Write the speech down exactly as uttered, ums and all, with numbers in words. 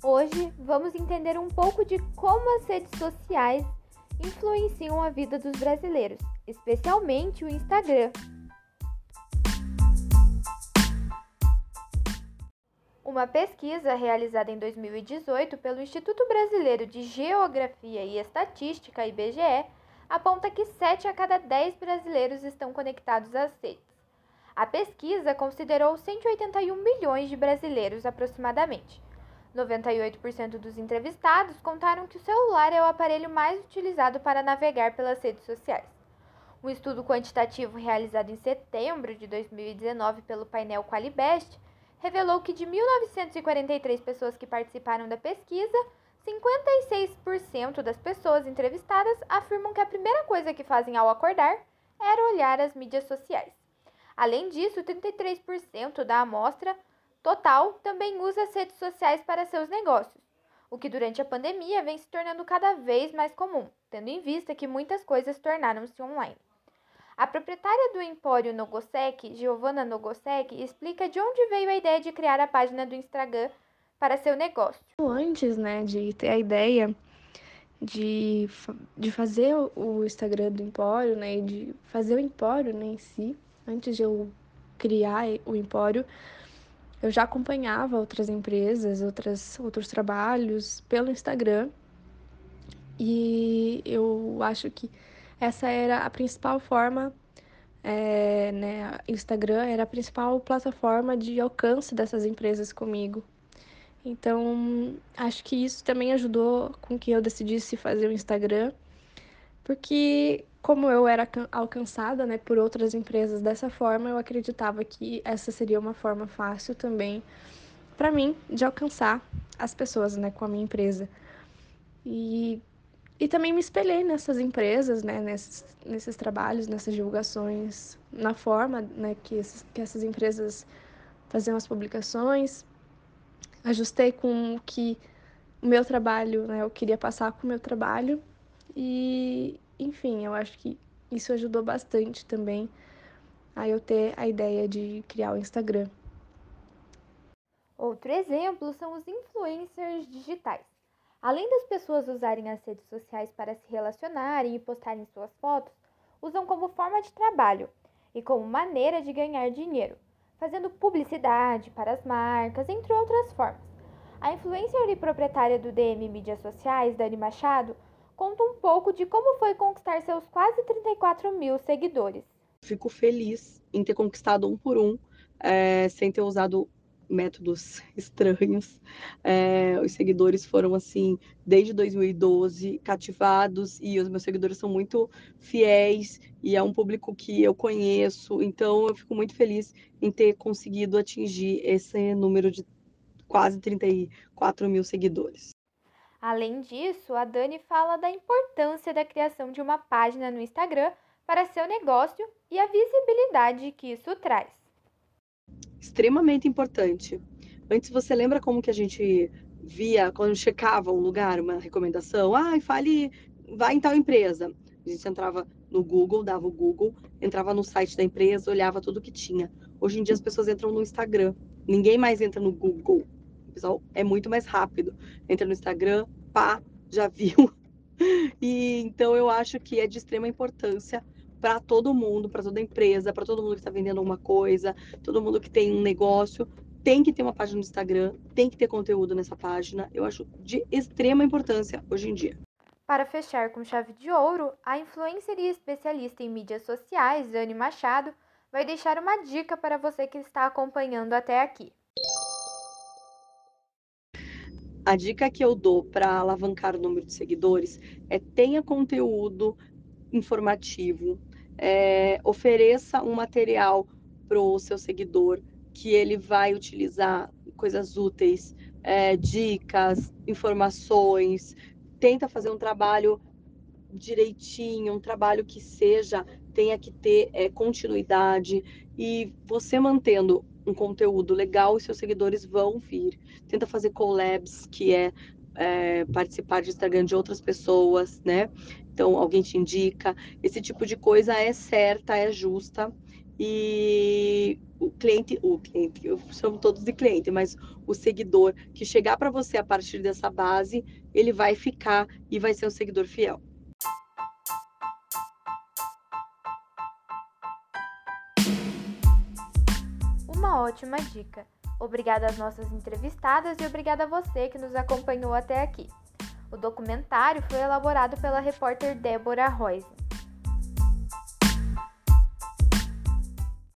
Hoje vamos entender um pouco de como as redes sociais influenciam a vida dos brasileiros, especialmente o Instagram. Uma pesquisa realizada em dois mil e dezoito pelo Instituto Brasileiro de Geografia e Estatística, I B G E, aponta que sete a cada dez brasileiros estão conectados às redes. A pesquisa considerou cento e oitenta e um milhões de brasileiros aproximadamente. noventa e oito por cento dos entrevistados contaram que o celular é o aparelho mais utilizado para navegar pelas redes sociais. Um estudo quantitativo realizado em setembro de dois mil e dezenove pelo painel Qualibest revelou que de mil novecentas e quarenta e três pessoas que participaram da pesquisa, cinquenta e seis por cento das pessoas entrevistadas afirmam que a primeira coisa que fazem ao acordar era olhar as mídias sociais. Além disso, trinta e três por cento da amostra total também usa as redes sociais para seus negócios, o que durante a pandemia vem se tornando cada vez mais comum, tendo em vista que muitas coisas tornaram-se online. A proprietária do Empório Nogosek, Giovanna Nogosek, explica de onde veio a ideia de criar a página do Instagram para seu negócio. Antes, né, de ter a ideia de, de fazer o Instagram do Empório, né, e de fazer o Empório, né, em si, antes de eu criar o Empório, eu já acompanhava outras empresas, outras, outros trabalhos pelo Instagram, e eu acho que essa era a principal forma, é, né, Instagram era a principal plataforma de alcance dessas empresas comigo. Então, acho que isso também ajudou com que eu decidisse fazer o Instagram, porque como eu era alcançada, né, por outras empresas dessa forma, eu acreditava que essa seria uma forma fácil também para mim de alcançar as pessoas, né, com a minha empresa. E, e também me espelhei nessas empresas, né, nesses, nesses trabalhos, nessas divulgações, na forma, né, que, esses, que essas empresas faziam as publicações. Ajustei com o que o meu trabalho, né, eu queria passar com o meu trabalho. E, enfim, eu acho que isso ajudou bastante também a eu ter a ideia de criar o Instagram. Outro exemplo são os influencers digitais. Além das pessoas usarem as redes sociais para se relacionarem e postarem suas fotos, usam como forma de trabalho e como maneira de ganhar dinheiro, fazendo publicidade para as marcas, entre outras formas. A influencer e proprietária do D M Mídias Sociais, Dani Machado, conta um pouco de como foi conquistar seus quase trinta e quatro mil seguidores. Fico feliz em ter conquistado um por um, é, sem ter usado métodos estranhos. É, os seguidores foram assim, desde dois mil e doze, cativados, e os meus seguidores são muito fiéis, e é um público que eu conheço, então eu fico muito feliz em ter conseguido atingir esse número de quase trinta e quatro mil seguidores. Além disso, a Dani fala da importância da criação de uma página no Instagram para seu negócio e a visibilidade que isso traz. Extremamente importante. Antes, você lembra como que a gente via, quando checava um lugar, uma recomendação? Ah, fale, vai em tal empresa. A gente entrava no Google, dava o Google, entrava no site da empresa, olhava tudo que tinha. Hoje em dia as pessoas entram no Instagram. Ninguém mais entra no Google. O pessoal é muito mais rápido. Entra no Instagram, pá, já viu. E então eu acho que é de extrema importância para todo mundo, para toda empresa, para todo mundo que está vendendo alguma coisa, todo mundo que tem um negócio, tem que ter uma página no Instagram, tem que ter conteúdo nessa página. Eu acho de extrema importância hoje em dia. Para fechar com chave de ouro, a influencer e especialista em mídias sociais, Dani Machado, vai deixar uma dica para você que está acompanhando até aqui. A dica que eu dou para alavancar o número de seguidores é tenha conteúdo informativo, é, ofereça um material para o seu seguidor que ele vai utilizar, coisas úteis, é, dicas, informações, tenta fazer um trabalho direitinho, um trabalho que seja, tenha que ter é, continuidade, e você mantendo um conteúdo legal, os seus seguidores vão vir. Tenta fazer collabs, que é é, participar de Instagram de outras pessoas, né? Então, alguém te indica. Esse tipo de coisa é certa, é justa. E o cliente, o cliente, eu chamo todos de cliente, mas o seguidor que chegar para você a partir dessa base, ele vai ficar e vai ser um seguidor fiel. Uma ótima dica. Obrigada às nossas entrevistadas e obrigada a você que nos acompanhou até aqui. O documentário foi elaborado pela repórter Débora Roise.